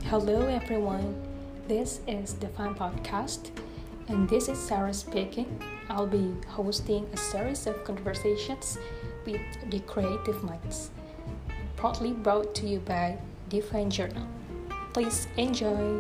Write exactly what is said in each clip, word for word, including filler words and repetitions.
Hello everyone, this is the Fun Podcast, and this is Sarah speaking. I'll be hosting a series of conversations with the creative minds, proudly brought to you by Divine Journal. Please enjoy.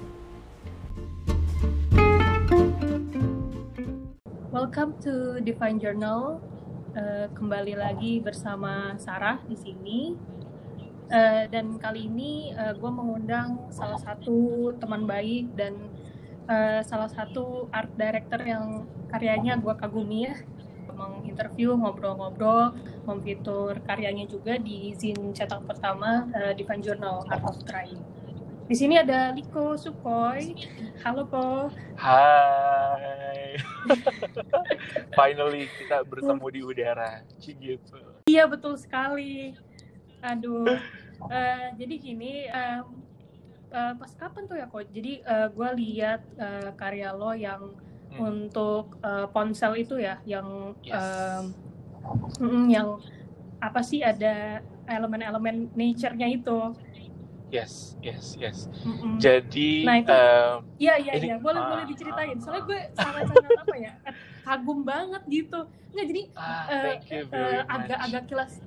Welcome to Divine Journal. Uh, kembali lagi bersama Sarah di sini. Uh, dan kali ini uh, gue mengundang salah satu teman baik dan uh, salah satu art director yang karyanya gue kagumi ya, menginterview, ngobrol-ngobrol, memfitur karyanya juga di zine cetak pertama uh, Divine Journal Art of Trying. Di sini ada Liko Sukoy. Halo Ko. Hai. Finally kita bertemu di udara. Gitu. Iya betul sekali. Aduh, uh, jadi gini, uh, uh, pas kapan tuh ya kok? Jadi uh, gue lihat uh, karya lo yang hmm. untuk uh, ponsel itu ya, yang yes. uh, mm, yang apa sih ada elemen-elemen nature-nya itu. Yes, yes, yes. Mm-mm. Jadi, nah itu, um, iya iya iya, boleh uh, boleh diceritain. Soalnya gue sangat-sangat apa ya, kagum banget gitu. Nggak jadi ah, uh, uh, agak-agak kilas.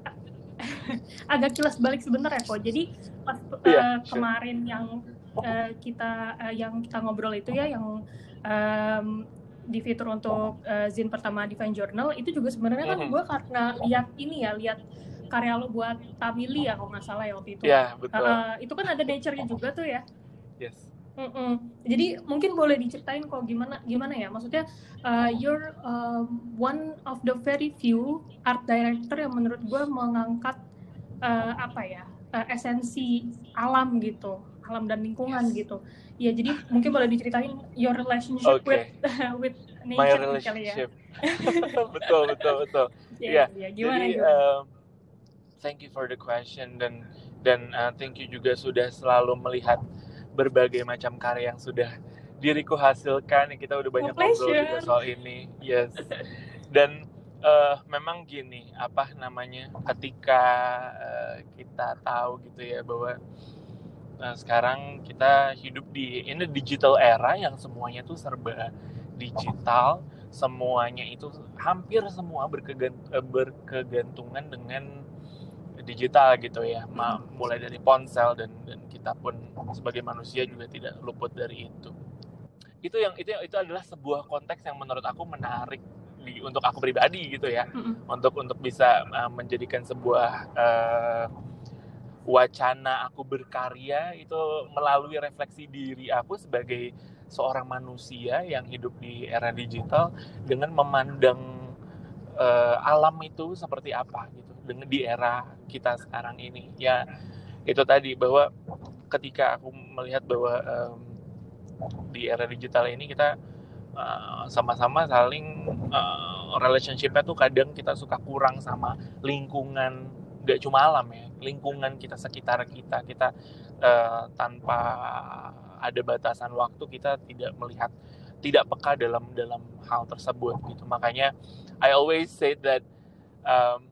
agak kilas balik sebentar ya kok. Jadi pas yeah, uh, sure. kemarin yang uh, kita uh, yang kita ngobrol itu ya, yang um, di fitur untuk uh, zine pertama Divine Journal itu juga sebenarnya kan mm-hmm. gue karena lihat ini ya, lihat karya lo buat Tamili ya kalau nggak salah ya waktu itu. Iya yeah, betul. Uh, itu kan ada nature-nya juga tuh ya. Yes. Mm-mm. Jadi mungkin boleh diceritain kok gimana gimana ya, maksudnya uh, you're um, one of the very few art director yang menurut gue mengangkat uh, apa ya uh, esensi alam gitu, alam dan lingkungan yes. gitu. Ya jadi mungkin boleh diceritain your relationship okay. with uh, with nature kali ya. betul betul betul. Ya, yeah, yeah. Gimana jadi um, thank you for the question dan dan uh, thank you juga sudah selalu melihat berbagai macam karya yang sudah diriku hasilkan. Kita udah banyak ngobrol juga soal ini. Yes. Dan uh, memang gini, apa namanya, ketika uh, kita tahu gitu ya bahwa uh, sekarang kita hidup di in a digital era yang semuanya tuh serba digital, semuanya itu hampir semua berkegant- berkegantungan dengan digital gitu ya, mulai dari ponsel dan dan kita pun sebagai manusia juga tidak luput dari itu. Itu yang itu itu adalah sebuah konteks yang menurut aku menarik di, untuk aku pribadi gitu ya, mm-hmm. untuk untuk bisa uh, menjadikan sebuah uh, wacana aku berkarya itu melalui refleksi diri aku sebagai seorang manusia yang hidup di era digital dengan memandang uh, alam itu seperti apa gitu dengan di era kita sekarang ini. Ya itu tadi bahwa ketika aku melihat bahwa um, di era digital ini kita uh, sama-sama saling uh, relationship-nya tuh kadang kita suka kurang sama lingkungan, gak cuma alam ya, lingkungan kita sekitar kita kita uh, tanpa ada batasan waktu kita tidak melihat, tidak peka dalam dalam hal tersebut gitu. Makanya I always say that um,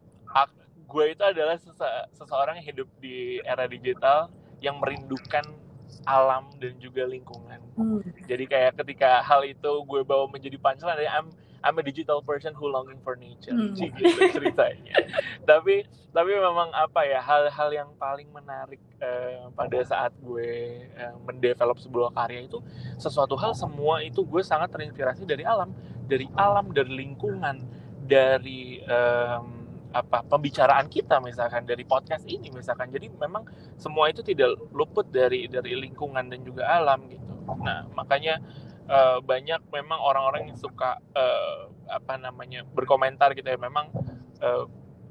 gue itu adalah sese- seseorang yang hidup di era digital yang merindukan alam dan juga lingkungan. Hmm. Jadi kayak ketika hal itu gue bawa menjadi punchline, I'm I'm a digital person who longing for nature. Hmm. Gitu ceritanya. tapi tapi memang apa ya, hal-hal yang paling menarik uh, pada saat gue uh, mendevelop sebuah karya itu sesuatu hal semua itu gue sangat terinspirasi dari alam, dari alam, dari lingkungan, dari um, apa pembicaraan kita misalkan, dari podcast ini misalkan. Jadi memang semua itu tidak luput dari dari lingkungan dan juga alam gitu. Nah makanya uh, banyak memang orang-orang yang suka uh, apa namanya berkomentar gitu ya, memang uh,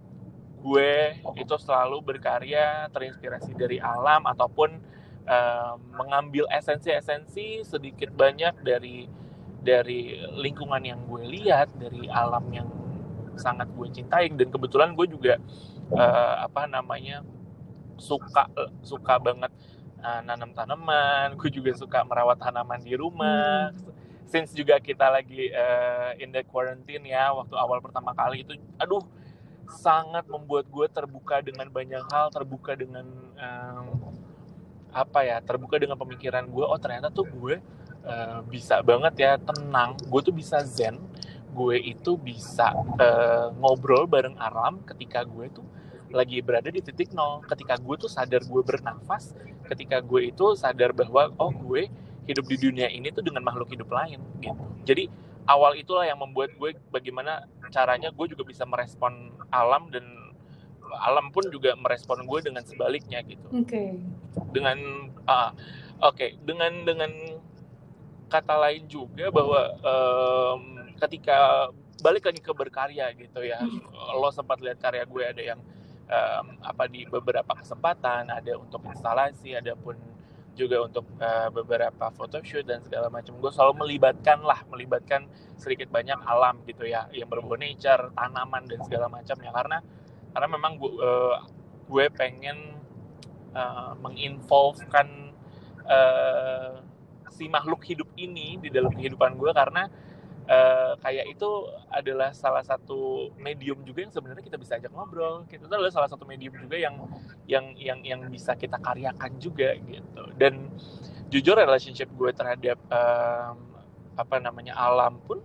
gue itu selalu berkarya terinspirasi dari alam ataupun uh, mengambil esensi-esensi sedikit banyak dari dari lingkungan yang gue lihat, dari alam yang sangat gue cintai. Dan kebetulan gue juga uh, apa namanya suka suka banget uh, nanam tanaman. Gue juga suka merawat tanaman di rumah. Hmm. Since juga kita lagi uh, in the quarantine ya, waktu awal pertama kali itu, aduh sangat membuat gue terbuka dengan banyak hal, terbuka dengan um, apa ya, terbuka dengan pemikiran gue, oh ternyata tuh gue uh, bisa banget ya tenang, gue tuh bisa zen, gue itu bisa uh, ngobrol bareng alam ketika gue tuh lagi berada di titik nol, ketika gue tuh sadar gue bernafas, ketika gue itu sadar bahwa oh gue hidup di dunia ini tuh dengan makhluk hidup lain gitu. Jadi awal itulah yang membuat gue bagaimana caranya gue juga bisa merespon alam, dan alam pun juga merespon gue dengan sebaliknya gitu. Oke. Okay. Dengan uh, oke okay, dengan dengan kata lain juga bahwa um, ketika balik lagi ke berkarya gitu ya, lo sempat lihat karya gue ada yang um, apa di beberapa kesempatan, ada untuk instalasi, ada pun juga untuk uh, beberapa photoshoot dan segala macam. Gue selalu melibatkan lah, melibatkan sedikit banyak alam gitu ya, yang berbau nature, tanaman dan segala macamnya, karena karena memang gue, uh, gue pengen uh, menginvolvekan uh, si makhluk hidup ini di dalam kehidupan gue, karena uh, kayak itu adalah salah satu medium juga yang sebenarnya kita bisa ajak ngobrol. Itu adalah salah satu medium juga yang yang yang yang bisa kita karyakan juga gitu. Dan jujur relationship gue terhadap um, apa namanya alam pun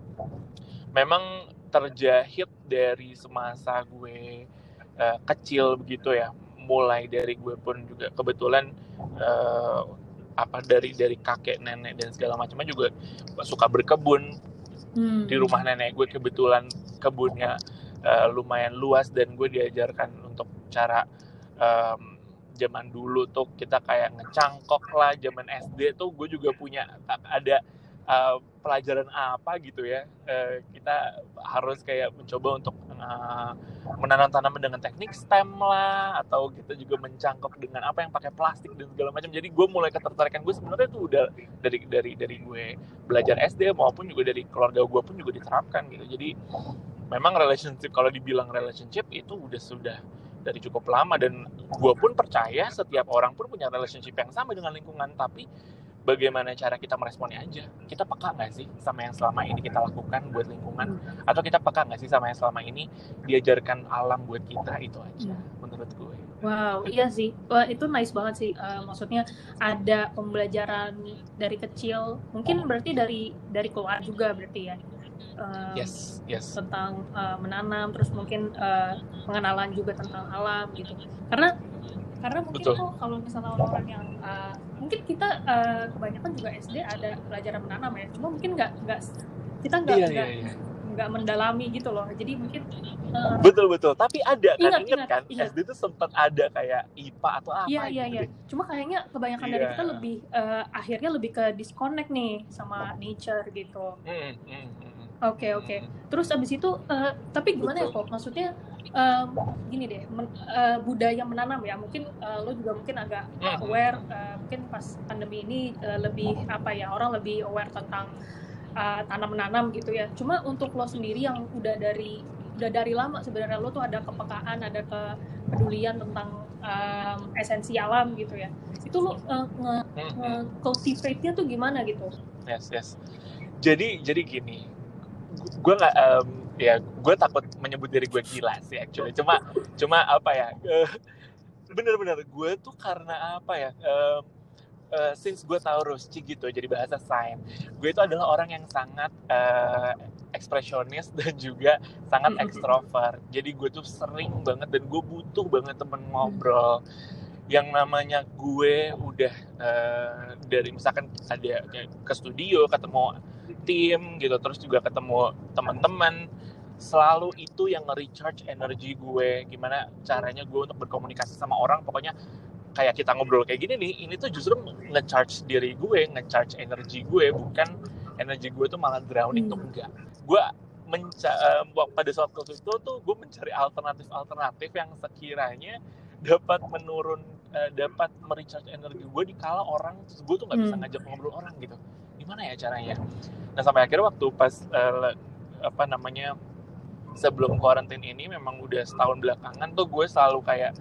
memang terjahit dari semasa gue uh, kecil begitu ya. Mulai dari gue pun juga kebetulan uh, apa dari dari kakek nenek dan segala macamnya juga suka berkebun. Hmm. Di rumah nenek gue kebetulan kebunnya uh, lumayan luas, dan gue diajarkan untuk cara um, zaman dulu tuh kita kayak ngecangkok lah. Zaman S D tuh gue juga punya ada uh, pelajaran apa gitu ya, uh, kita harus kayak mencoba untuk uh, menanam tanaman dengan teknik stem lah, atau kita juga mencangkok dengan apa yang pakai plastik dan segala macam. Jadi gue mulai ketertarikan gue sebenarnya tuh udah dari dari dari gue belajar S D maupun juga dari keluarga gue pun juga diterapkan gitu. Jadi memang relationship, kalau dibilang relationship itu udah sudah dari cukup lama, dan gue pun percaya setiap orang pun punya relationship yang sama dengan lingkungan, tapi bagaimana cara kita meresponnya aja. Kita peka nggak sih sama yang selama ini kita lakukan buat lingkungan, atau kita peka nggak sih sama yang selama ini diajarkan alam buat kita, itu aja menurut gue. Wow, iya sih. Wah, itu nice banget sih. Uh, maksudnya ada pembelajaran dari kecil, mungkin berarti dari dari keluarga juga berarti ya. Um, yes, yes. Tentang uh, menanam, terus mungkin uh, pengenalan juga tentang alam gitu. Karena karena mungkin Betul. Tuh kalau misalnya orang-orang yang uh, mungkin kita uh, kebanyakan juga S D ada pelajaran menanam ya, cuma mungkin nggak nggak kita nggak iya, nggak iya, iya. nggak mendalami gitu loh. Jadi mungkin uh, betul betul. Tapi ada kan, ingat, ingat, ingat kan ingat. S D itu sempat ada kayak I P A atau apa iya, gitu. Iya iya iya. Cuma kayaknya kebanyakan yeah. dari kita lebih uh, akhirnya lebih ke disconnect nih sama nature gitu. Hmm, hmm, hmm. Oke okay, oke. Okay. Terus abis itu uh, tapi gimana Betul. ya kok? Maksudnya um, gini deh, men, uh, budaya menanam ya. Mungkin uh, lo juga mungkin agak mm-hmm. aware. Uh, mungkin pas pandemi ini uh, lebih apa ya, orang lebih aware tentang uh, tanam menanam gitu ya. Cuma untuk lo sendiri yang udah dari udah dari lama sebenarnya lo tuh ada kepekaan, ada kepedulian tentang um, esensi alam gitu ya. Itu lo uh, nge, nge cultivate-nya tuh gimana gitu? Yes yes. Jadi jadi gini. Gue nggak um, ya gue takut menyebut diri gue gila sih actually, cuma cuma apa ya uh, bener-bener gue tuh karena apa ya uh, uh, since gue Taurus gitu, jadi bahasa sains, gue itu adalah orang yang sangat uh, ekspresionis dan juga sangat ekstrovert. Jadi gue tuh sering banget dan gue butuh banget temen ngobrol. Yang namanya gue udah uh, dari misalkan ada ke studio ketemu tim gitu, terus juga ketemu teman-teman, selalu itu yang nge-recharge energi gue. Gimana caranya gue untuk berkomunikasi sama orang, pokoknya kayak kita ngobrol kayak gini nih, ini tuh justru nge-charge diri gue, nge-charge energi gue, bukan energi gue tuh malah drowning. hmm. Tuh enggak. Gue menca- uh, pada saat itu tuh gue mencari alternatif-alternatif yang sekiranya dapat menurun, uh, dapat merecharge energi gue di kala orang gue tuh nggak bisa hmm. ngajak ngobrol orang gitu. Gimana ya caranya? Nah sampai akhirnya waktu pas uh, apa namanya sebelum karantin ini, memang udah setahun belakangan tuh gue selalu kayak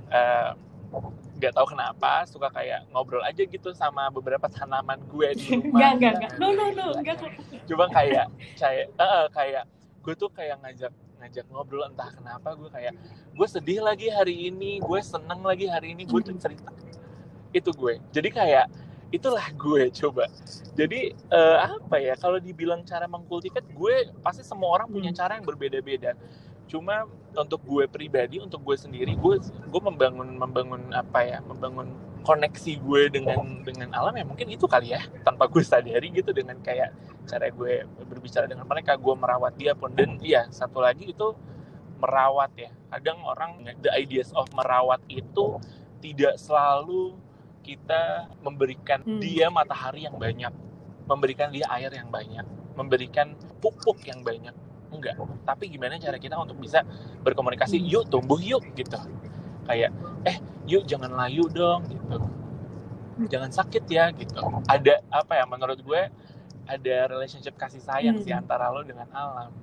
nggak uh, tahu kenapa suka kayak ngobrol aja gitu sama beberapa tanaman gue di rumah. Enggak enggak enggak. No no no enggak. Cuma kayak kayak uh, kayak gue tuh kayak ngajak ngajak ngobrol, entah kenapa gue kayak gue sedih lagi hari ini, gue seneng lagi hari ini, gue tuh cerita. itu gue. Jadi kayak itulah gue coba. Jadi uh, apa ya, kalau dibilang cara mengkultivate, gue pasti semua orang punya cara yang berbeda-beda. Cuma untuk gue pribadi, untuk gue sendiri, gue gue membangun membangun apa ya, membangun koneksi gue dengan dengan alam ya mungkin itu kali ya, tanpa gue sadari gitu, dengan kayak cara gue berbicara dengan mereka, gue merawat dia pun. Dan iya, satu lagi itu merawat ya. Kadang orang the ideas of merawat itu tidak selalu kita memberikan hmm. dia matahari yang banyak, memberikan dia air yang banyak, memberikan pupuk yang banyak. Enggak. Tapi gimana cara kita untuk bisa berkomunikasi, hmm. yuk tumbuh yuk gitu. Kayak, eh yuk jangan layu dong gitu. Jangan sakit ya gitu. Ada apa ya, menurut gue ada relationship kasih sayang hmm. sih antara lo dengan alam.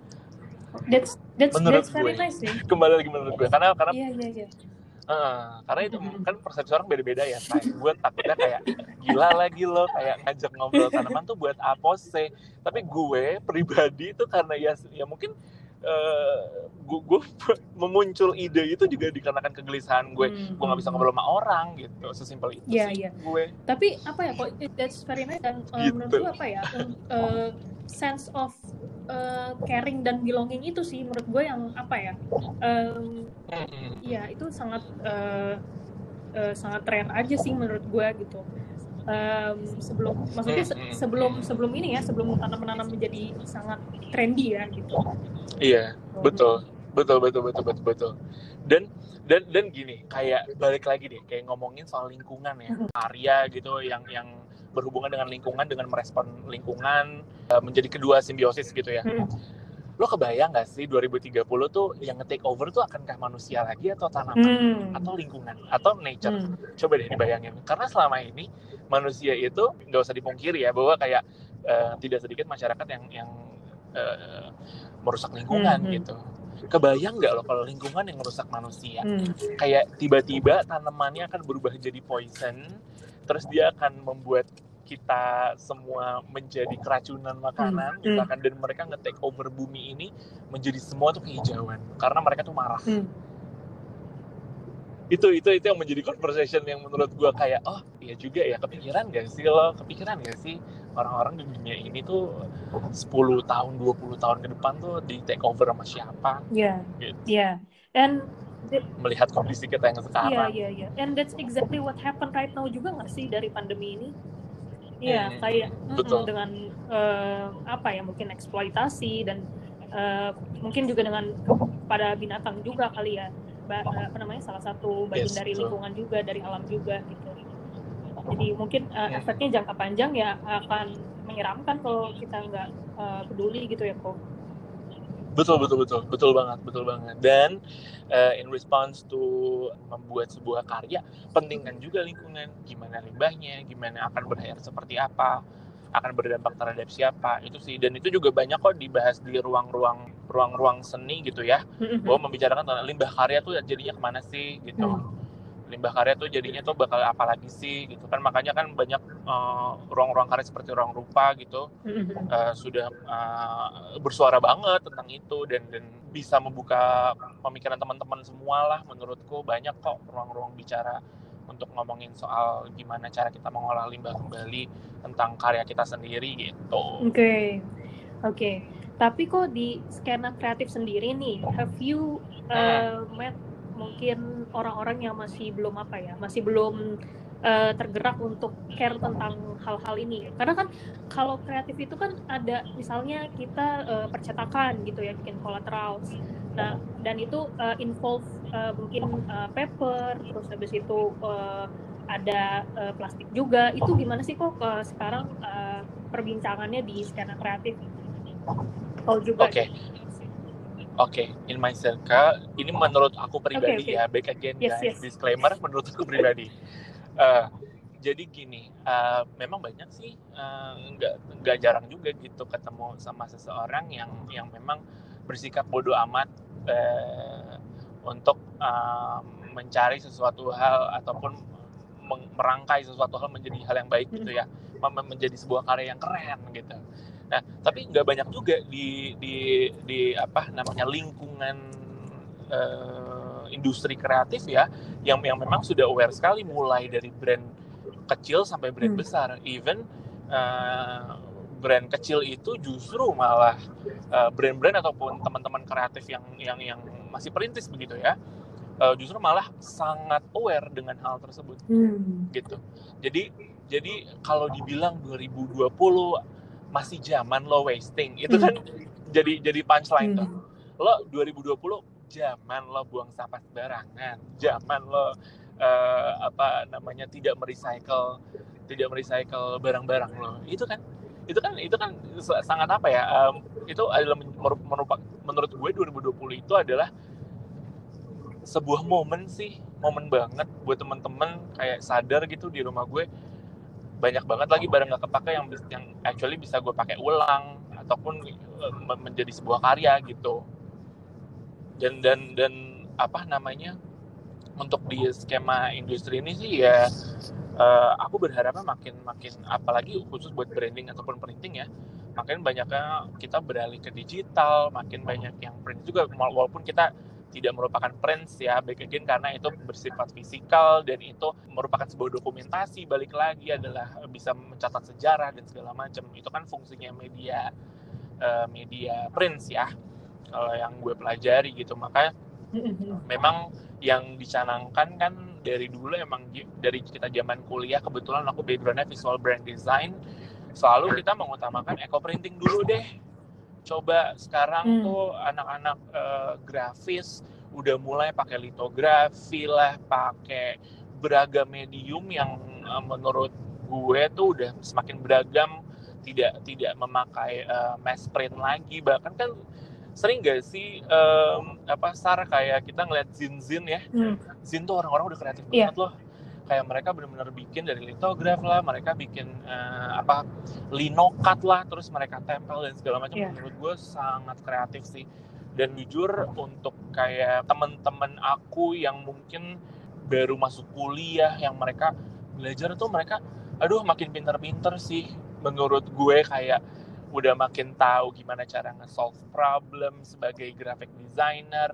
That's that's menurut that's very gue. nice sih. Kembali lagi menurut gue, karena karena yeah, yeah, yeah. Uh, karena itu kan persepsi orang beda-beda ya. Kayak gue takutnya kayak gila lagi lo kayak ngajak ngobrol tanaman tuh buat apa sih? Tapi gue pribadi itu karena ya ya mungkin uh, gue, gue memuncul ide itu juga dikarenakan kegelisahan gue. Hmm. Gue nggak bisa ngobrol sama orang gitu, sesimpel itu yeah, sih yeah. gue. Tapi apa ya kok that's very nice, dan uh, gitu. Menurut gue apa ya uh, sense of uh, caring dan belonging itu sih menurut gue yang apa ya um, mm-hmm. ya itu sangat uh, uh, sangat rare aja sih menurut gue gitu. Um, sebelum maksudnya se- sebelum sebelum ini ya sebelum tanam-menanam menjadi sangat trendy ya gitu. Iya, oh. betul. Betul betul betul betul betul. Dan dan dan gini, kayak balik lagi deh kayak ngomongin soal lingkungan ya. Karya gitu yang yang berhubungan dengan lingkungan, dengan merespon lingkungan, menjadi kedua simbiosis gitu ya. Hmm. Lo kebayang gak sih dua ribu tiga puluh tuh yang nge-take over tuh akankah manusia lagi atau tanaman hmm. atau lingkungan atau nature? Hmm. Coba deh dibayangin. Karena selama ini manusia itu gak usah dipungkiri ya bahwa kayak uh, tidak sedikit masyarakat yang yang uh, merusak lingkungan hmm. gitu. Kebayang nggak lo kalau lingkungan yang merusak manusia? Hmm. Kayak tiba-tiba tanamannya akan berubah jadi poison, terus dia akan membuat kita semua menjadi keracunan makanan, hmm. misalkan, dan mereka nge-take over bumi ini menjadi semua tuh kehijauan karena mereka tuh marah. Hmm. Itu itu itu yang menjadi conversation yang menurut gue kayak oh iya juga ya, kepikiran gak sih lo, kepikiran gak sih orang-orang di dunia ini tuh sepuluh tahun, dua puluh tahun ke depan tuh di take over sama siapa? Iya, gitu. yeah. And the, melihat kondisi kita yang sekarang. Iya, iya, iya. And that's exactly what happened right now juga nggak sih dari pandemi ini? Iya, hmm, kayak mm, dengan uh, apa ya, mungkin eksploitasi dan uh, mungkin juga dengan pada binatang juga kali ya. Ba- apa namanya, salah satu bagian yes, dari betul. Lingkungan juga, dari alam juga gitu. Jadi mungkin uh, efeknya jangka panjang ya akan menyeramkan kalau kita nggak uh, peduli gitu ya kok. Betul betul betul betul banget betul banget. Dan uh, in response to membuat sebuah karya, pentingkan juga lingkungan, gimana limbahnya, gimana akan berakhir seperti apa, akan berdampak terhadap siapa, itu sih. Dan itu juga banyak kok dibahas di ruang-ruang ruang-ruang seni gitu ya, mm-hmm. bahwa membicarakan tentang limbah karya tuh jadinya kemana sih gitu. Mm. Limbah karya tuh jadinya tuh bakal apa lagi sih gitu kan. Makanya kan banyak uh, ruang-ruang karya seperti Ruang Rupa gitu mm-hmm. uh, sudah uh, bersuara banget tentang itu, dan dan bisa membuka pemikiran teman-teman semua lah. Menurutku banyak kok ruang-ruang bicara untuk ngomongin soal gimana cara kita mengolah limbah kembali, tentang karya kita sendiri gitu. Oke, okay. oke. Okay. Tapi kok di skena kreatif sendiri nih, have you uh, hmm. met mungkin orang-orang yang masih belum apa ya, masih belum uh, tergerak untuk care tentang hal-hal ini? Karena kan kalau kreatif itu kan ada, misalnya kita uh, percetakan gitu ya, bikin collaterals. Nah, dan itu uh, involve uh, mungkin uh, paper, terus habis itu uh, ada uh, plastik juga. Itu gimana sih kok uh, sekarang uh, perbincangannya di skena kreatif? Oh juga. Oke. Okay. Oke, okay. In my circle, ini menurut aku pribadi okay, okay. ya, back again yes, guys, yes. Disclaimer menurut aku pribadi. Uh, jadi gini, uh, memang banyak sih, uh, nggak nggak jarang juga gitu ketemu sama seseorang yang yang memang bersikap bodoh amat uh, untuk uh, mencari sesuatu hal ataupun merangkai sesuatu hal menjadi hal yang baik gitu ya, menjadi sebuah karya yang keren gitu. Nah, tapi nggak banyak juga di di di apa namanya lingkungan uh, industri kreatif ya, yang yang memang sudah aware sekali, mulai dari brand kecil sampai brand hmm. besar. Even uh, brand kecil itu justru malah uh, brand-brand ataupun teman-teman kreatif yang yang yang masih perintis begitu ya, uh, justru malah sangat aware dengan hal tersebut. Hmm. Gitu. Jadi jadi kalau dibilang dua ribu dua puluh masih zaman lo wasting, itu hmm. kan jadi jadi punchline hmm. tuh. Lo dua ribu dua puluh zaman lo buang sampah sembarangan, zaman lo uh, apa namanya tidak merecycle tidak merecycle barang-barang lo. Itu kan itu kan itu kan sangat apa ya? Um, itu adalah merupakan, menurut gue dua ribu dua puluh itu adalah sebuah momen sih, momen banget buat teman-teman kayak sadar gitu di rumah gue banyak banget lagi barang nggak kepake yang yang actually bisa gue pakai ulang ataupun uh, menjadi sebuah karya gitu. Dan dan dan apa namanya, untuk di skema industri ini sih ya uh, aku berharapnya makin makin apalagi khusus buat branding ataupun printing ya, makin banyaknya kita beralih ke digital, makin banyak yang print juga, walaupun kita tidak merupakan prints ya, back again karena itu bersifat fisikal dan itu merupakan sebuah dokumentasi, balik lagi adalah bisa mencatat sejarah dan segala macam. Itu kan fungsinya media uh, media prints ya, kalau yang gue pelajari gitu. Makanya memang yang dicanangkan kan dari dulu, emang dari kita zaman kuliah, kebetulan aku backgroundnya visual brand design, selalu kita mengutamakan eco printing dulu deh. Coba sekarang hmm. tuh anak-anak uh, grafis udah mulai pakai litografi lah, pakai beragam medium yang uh, menurut gue tuh udah semakin beragam, tidak tidak memakai uh, mass print lagi. Bahkan kan sering gak sih um, apa Sar, kayak kita ngeliat zin-zin ya, hmm. zin tuh orang-orang udah kreatif banget yeah. loh. Kayak mereka benar-benar bikin dari litograf lah, mereka bikin uh, apa linocut lah, terus mereka tempel dan segala macam. Yeah. Menurut gue sangat kreatif sih. Dan jujur untuk kayak teman-teman aku yang mungkin baru masuk kuliah, yang mereka belajar tuh mereka, aduh makin pinter-pinter sih. Menurut gue kayak udah makin tahu gimana cara nge-solve problem sebagai graphic designer,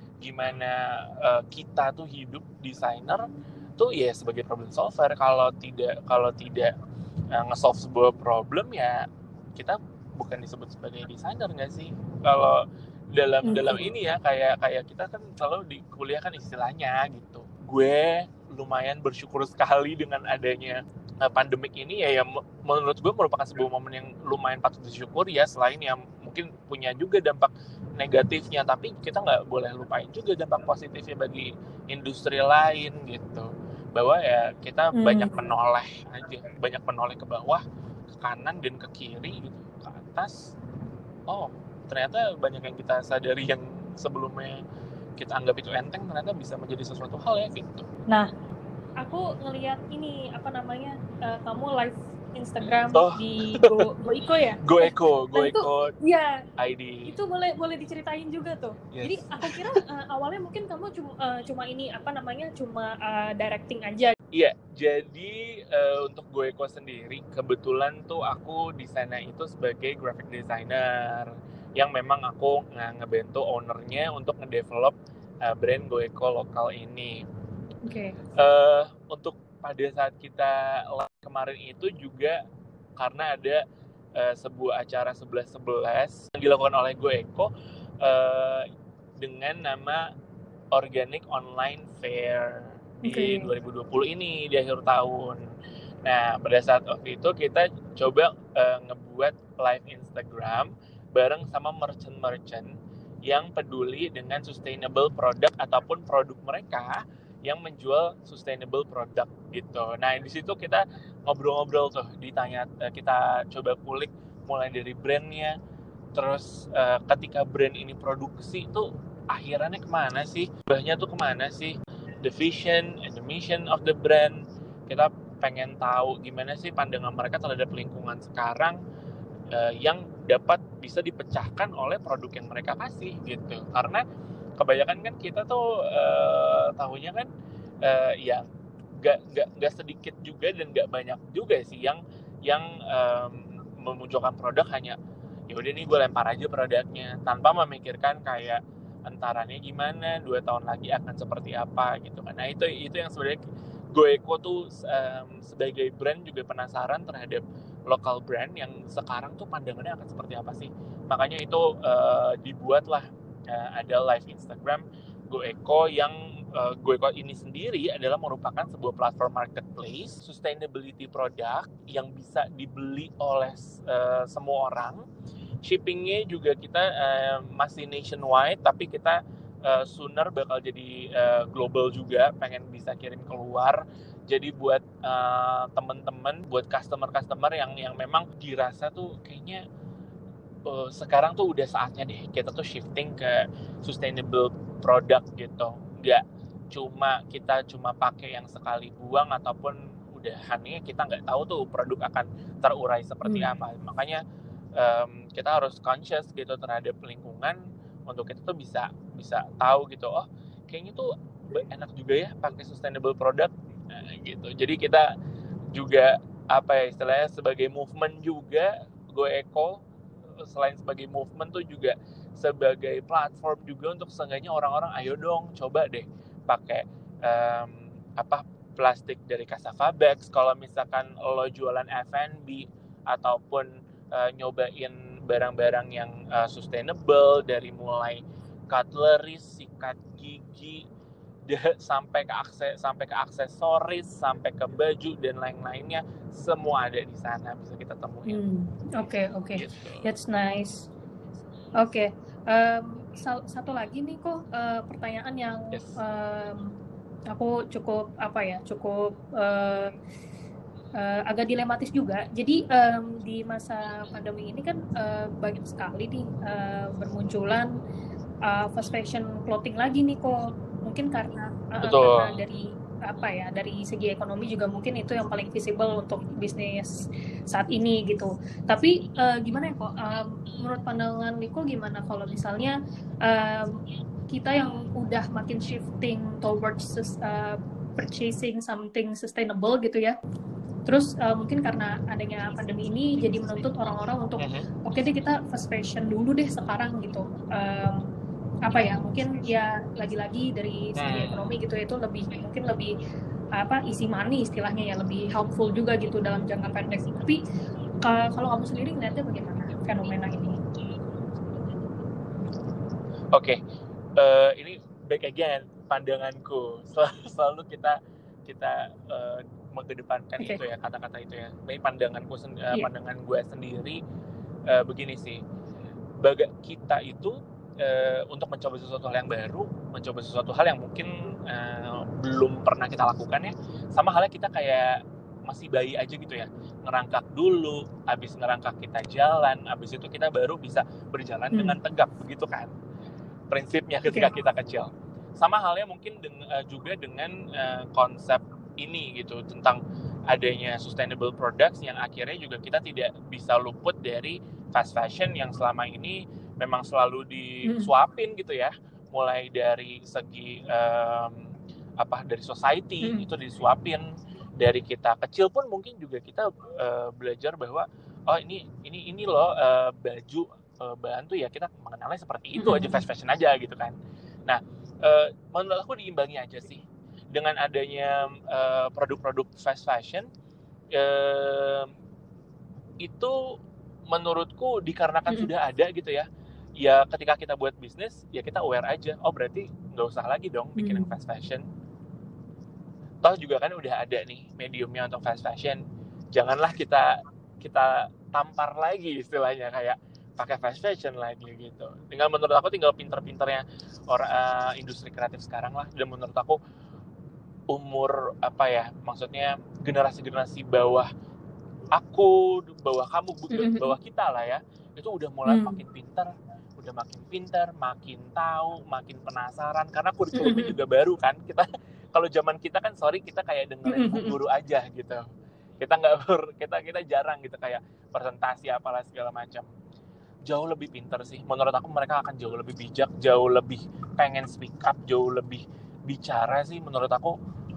gimana uh, kita tuh hidup desainer tuh ya sebagai problem solver. Kalau tidak kalau tidak uh, nge-solve sebuah problem ya kita bukan disebut sebagai desainer nggak sih? Kalau dalam mm-hmm. dalam ini ya, kayak kayak kita kan selalu di kuliah kan istilahnya gitu. Gue lumayan bersyukur sekali dengan adanya uh, pandemik ini ya, ya menurut gue merupakan sebuah momen yang lumayan patut disyukuri ya, selain yang mungkin punya juga dampak negatifnya, tapi kita nggak boleh lupain juga dampak positifnya bagi industri lain gitu. Bahwa ya kita hmm. banyak menoleh aja, banyak menoleh ke bawah, ke kanan dan ke kiri gitu, ke atas. Oh, ternyata banyak yang kita sadari yang sebelumnya kita anggap itu enteng, ternyata bisa menjadi sesuatu hal ya gitu. Nah, aku ngelihat ini apa namanya, uh, kamu live Instagram oh. di Go Goeco ya? Goeco, Goeco. Iya. I D. Itu boleh boleh diceritain juga tuh. Yes. Jadi aku kira uh, awalnya mungkin kamu cuma uh, cuma ini apa namanya cuma uh, directing aja. Iya, jadi uh, untuk Goeco sendiri kebetulan tuh aku di sana itu sebagai graphic designer yang memang aku nge- ngebantu ownernya untuk ngedevelop uh, brand Goeco lokal ini. Oke. Okay. Uh, untuk pada saat kita live kemarin itu juga karena ada uh, sebuah acara sebelas sebelas yang dilakukan oleh Goeco uh, dengan nama Organic Online Fair di okay. dua ribu dua puluh ini di akhir tahun. Nah, pada saat waktu itu kita coba uh, ngebuat live Instagram bareng sama merchant-merchant yang peduli dengan sustainable product ataupun produk mereka yang menjual sustainable product gitu. Nah, di situ kita ngobrol-ngobrol tuh, ditanya, kita coba kulik mulai dari brandnya, terus uh, ketika brand ini produksi tuh akhirannya kemana sih? Bahnya tuh kemana sih? The vision and the mission of the brand. Kita pengen tahu gimana sih pandangan mereka terhadap lingkungan sekarang uh, yang dapat bisa dipecahkan oleh produk yang mereka kasih gitu. Karena kebanyakan kan kita tuh uh, tahunya kan uh, ya nggak nggak nggak sedikit juga dan nggak banyak juga sih yang yang um, memunculkan produk hanya ya udah nih gue lempar aja produknya tanpa memikirkan kayak entarannya gimana, dua tahun lagi akan seperti apa gitu kan. Nah itu itu yang sebenarnya GoEco tuh um, sebagai brand juga penasaran terhadap local brand yang sekarang tuh pandangannya akan seperti apa sih. Makanya itu uh, dibuatlah uh, ada live Instagram GoEco yang uh, GoEco ini sendiri adalah merupakan sebuah platform marketplace sustainability product yang bisa dibeli oleh uh, semua orang. Shippingnya juga kita uh, masih nationwide, tapi kita uh, sooner bakal jadi uh, global juga, pengen bisa kirim keluar. Jadi buat uh, teman-teman, buat customer-customer yang yang memang dirasa tuh kayaknya uh, sekarang tuh udah saatnya deh kita tuh shifting ke sustainable product gitu. Nggak cuma kita cuma pakai yang sekali buang ataupun udahannya kita nggak tahu tuh produk akan terurai seperti hmm. apa. Makanya Um, kita harus conscious gitu terhadap lingkungan untuk kita tuh bisa bisa tahu gitu, oh kayaknya tuh enak juga ya pakai sustainable product nah, gitu. Jadi kita juga apa ya istilahnya sebagai movement juga GoEco selain sebagai movement tuh juga sebagai platform juga untuk seenggaknya orang-orang ayo dong coba deh pakai um, apa plastik dari cassava bags kalau misalkan lo jualan F and B ataupun Uh, nyobain barang-barang yang uh, sustainable dari mulai cutlery, sikat gigi, de- sampai ke akses sampai ke aksesoris, sampai ke baju dan lain-lainnya semua ada di sana bisa kita temuin. Oke hmm. oke, okay, okay. Gitu. That's nice. Oke, okay. um, sal- satu lagi nih kok uh, pertanyaan yang yes. um, aku cukup apa ya cukup uh, Uh, agak dilematis juga. Jadi um, di masa pandemi ini kan uh, banyak sekali nih uh, bermunculan uh, fast fashion clothing lagi nih kok. Mungkin karena uh, karena dari apa ya dari segi ekonomi juga mungkin itu yang paling visible untuk bisnis saat ini gitu. Tapi uh, gimana ya kok? Um, menurut pandangan Niko gimana kalau misalnya um, kita yang udah makin shifting towards uh, purchasing something sustainable gitu ya. Terus uh, mungkin karena adanya pandemi ini jadi menuntut orang-orang untuk uh-huh. oke okay deh kita fast fashion dulu deh sekarang gitu. Um, apa ya mungkin ya lagi-lagi dari segi ekonomi gitu itu lebih mungkin lebih apa easy money istilahnya ya lebih helpful juga gitu dalam jangka pendek. Tapi uh, kalau kamu sendiri ngeliatnya bagaimana fenomena ini? Oke, okay. uh, ini back again pandanganku selalu, selalu kita kita uh, mengedepankan okay. itu ya kata-kata itu ya. Tapi pandanganku sen- yeah. pandangan gue sendiri uh, begini sih. Baga kita itu uh, untuk mencoba sesuatu hal yang baru, mencoba sesuatu hal yang mungkin uh, belum pernah kita lakukan ya. Sama halnya kita kayak masih bayi aja gitu ya. Ngerangkak dulu, habis ngerangkak kita jalan, habis itu kita baru bisa berjalan hmm. dengan tegap begitu kan. Prinsipnya ketika okay. kita kecil. Sama halnya mungkin deng- uh, juga dengan uh, konsep ini gitu tentang adanya sustainable products yang akhirnya juga kita tidak bisa luput dari fast fashion yang selama ini memang selalu disuapin hmm. gitu ya, mulai dari segi um, apa dari society hmm. itu disuapin, dari kita kecil pun mungkin juga kita uh, belajar bahwa oh ini ini ini loh uh, baju uh, bahan tuh ya kita mengenalnya seperti itu hmm. aja fast fashion aja gitu kan. Nah uh, menurut aku diimbangi aja sih dengan adanya uh, produk-produk fast fashion uh, itu menurutku dikarenakan mm-hmm. sudah ada gitu ya. Ya ketika kita buat bisnis ya kita aware aja. Oh berarti nggak usah lagi dong bikin mm-hmm. yang fast fashion. Toh juga kan udah ada nih mediumnya untuk fast fashion. Janganlah kita kita tampar lagi istilahnya kayak pakai fast fashion lagi gitu. Tinggal menurut aku tinggal pinter-pinternya orang uh, industri kreatif sekarang lah. Dan menurut aku umur apa ya maksudnya generasi-generasi bawah aku bawah kamu bawah kita lah ya itu udah mulai mm. makin pintar udah makin pintar makin tahu makin penasaran karena kurikulumnya juga baru kan kita kalau zaman kita kan sorry kita kayak dengerin guru aja gitu kita nggak kita kita jarang gitu kayak presentasi apalah segala macam jauh lebih pintar sih menurut aku mereka akan jauh lebih bijak jauh lebih pengen speak up jauh lebih bicara sih menurut aku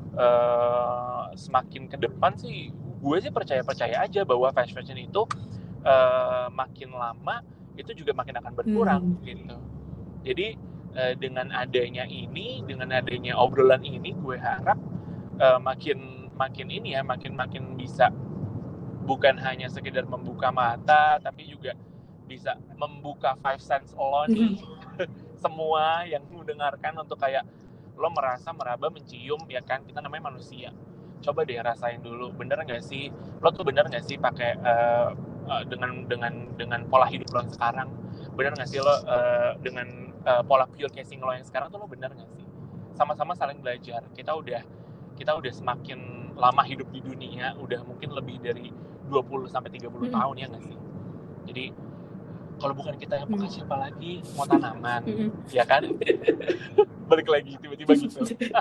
uh, semakin ke depan sih gue sih percaya-percaya aja bahwa fast fashion itu uh, makin lama itu juga makin akan berkurang hmm. gitu. Jadi uh, dengan adanya ini, dengan adanya obrolan ini, gue harap uh, makin makin ini ya, makin makin bisa bukan hanya sekedar membuka mata, tapi juga bisa membuka five sense lo nih, semua yang mendengarkan untuk kayak lo merasa, meraba, mencium, ya kan, kita namanya manusia. Coba deh rasain dulu, bener nggak sih, lo tuh bener nggak sih pakai uh, uh, dengan dengan dengan pola hidup lo yang sekarang, bener nggak sih lo uh, dengan uh, pola pure casing lo yang sekarang tuh lo bener nggak sih? Sama-sama saling belajar. Kita udah kita udah semakin lama hidup di dunia, udah mungkin lebih dari dua puluh sampai tiga puluh Mm-mm. tahun ya nggak sih? Jadi kalau bukan kita yang peka, siapa lagi mau tanaman, Mm-mm. ya kan? Balik lagi tiba-tiba gitu.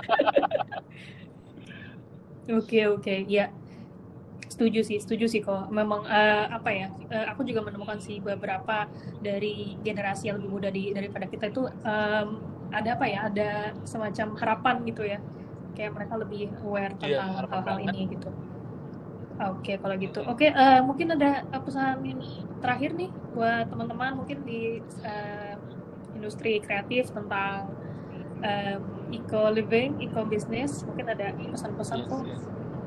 Oke oke, ya setuju sih, setuju sih kok. Memang uh, apa ya? Uh, aku juga menemukan sih beberapa dari generasi yang lebih muda di, daripada kita itu um, ada apa ya? Ada semacam harapan gitu ya. Kayak mereka lebih aware tentang Iya, harapan hal-hal banget. ini gitu. Oke, kalau gitu. Oke, uh, mungkin ada pesan terakhir nih buat teman-teman mungkin di uh, industri kreatif tentang um, eco living, eco business. Mungkin ada pesan-pesan Yes, kok. yes.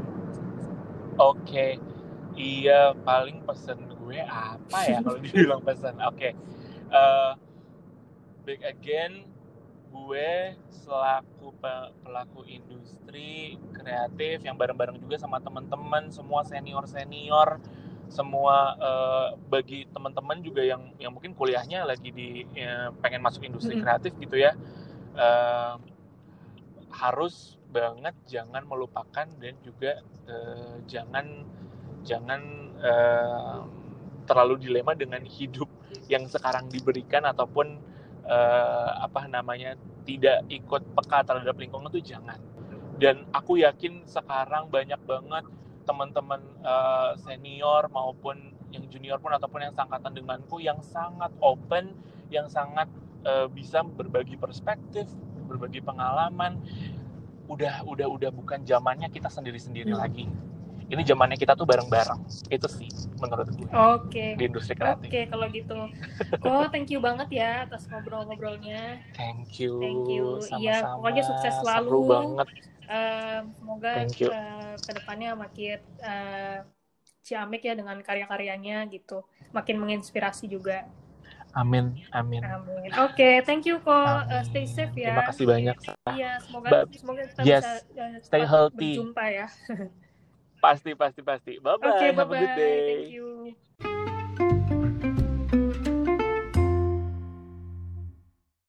Oke, iya, paling pesan gue apa ya kalau dibilang pesan? Oke, uh, back again, gue selaku pe- pelaku industri kreatif yang bareng-bareng juga sama teman-teman semua senior-senior, semua uh, bagi teman-teman juga yang yang mungkin kuliahnya lagi di ya, pengen masuk industri Mm-mm. kreatif gitu ya, uh, harus banget jangan melupakan dan juga uh, jangan jangan uh, terlalu dilema dengan hidup yang sekarang diberikan ataupun uh, apa namanya tidak ikut peka terhadap lingkungan itu jangan. Dan aku yakin sekarang banyak banget teman-teman uh, senior maupun yang junior pun ataupun yang seangkatan denganku yang sangat open, yang sangat uh, bisa berbagi perspektif, berbagi pengalaman. Udah udah udah bukan zamannya kita sendiri-sendiri hmm. lagi. Ini zamannya kita tuh bareng-bareng. Itu sih menurut gue. Oke. Okay. Di industri kreatif. Oke, okay, kalau gitu. Kok thank you banget ya atas ngobrol-ngobrolnya. Thank you. Thank you. Sama-sama. Iya, pokoknya sukses selalu. Seru banget. Uh, semoga uh, kedepannya makin uh, ciamik ya dengan karya-karyanya gitu. Makin menginspirasi juga. Amin, amin. Amin. Oke, okay, thank you kok. Uh, stay safe ya. Terima kasih banyak. Iya, semoga But, semoga kita yes, bisa uh, stay healthy. Berjumpa ya. Pasti, pasti, pasti. Bye-bye. Oke, okay, bye-bye. Have a good day. Thank you.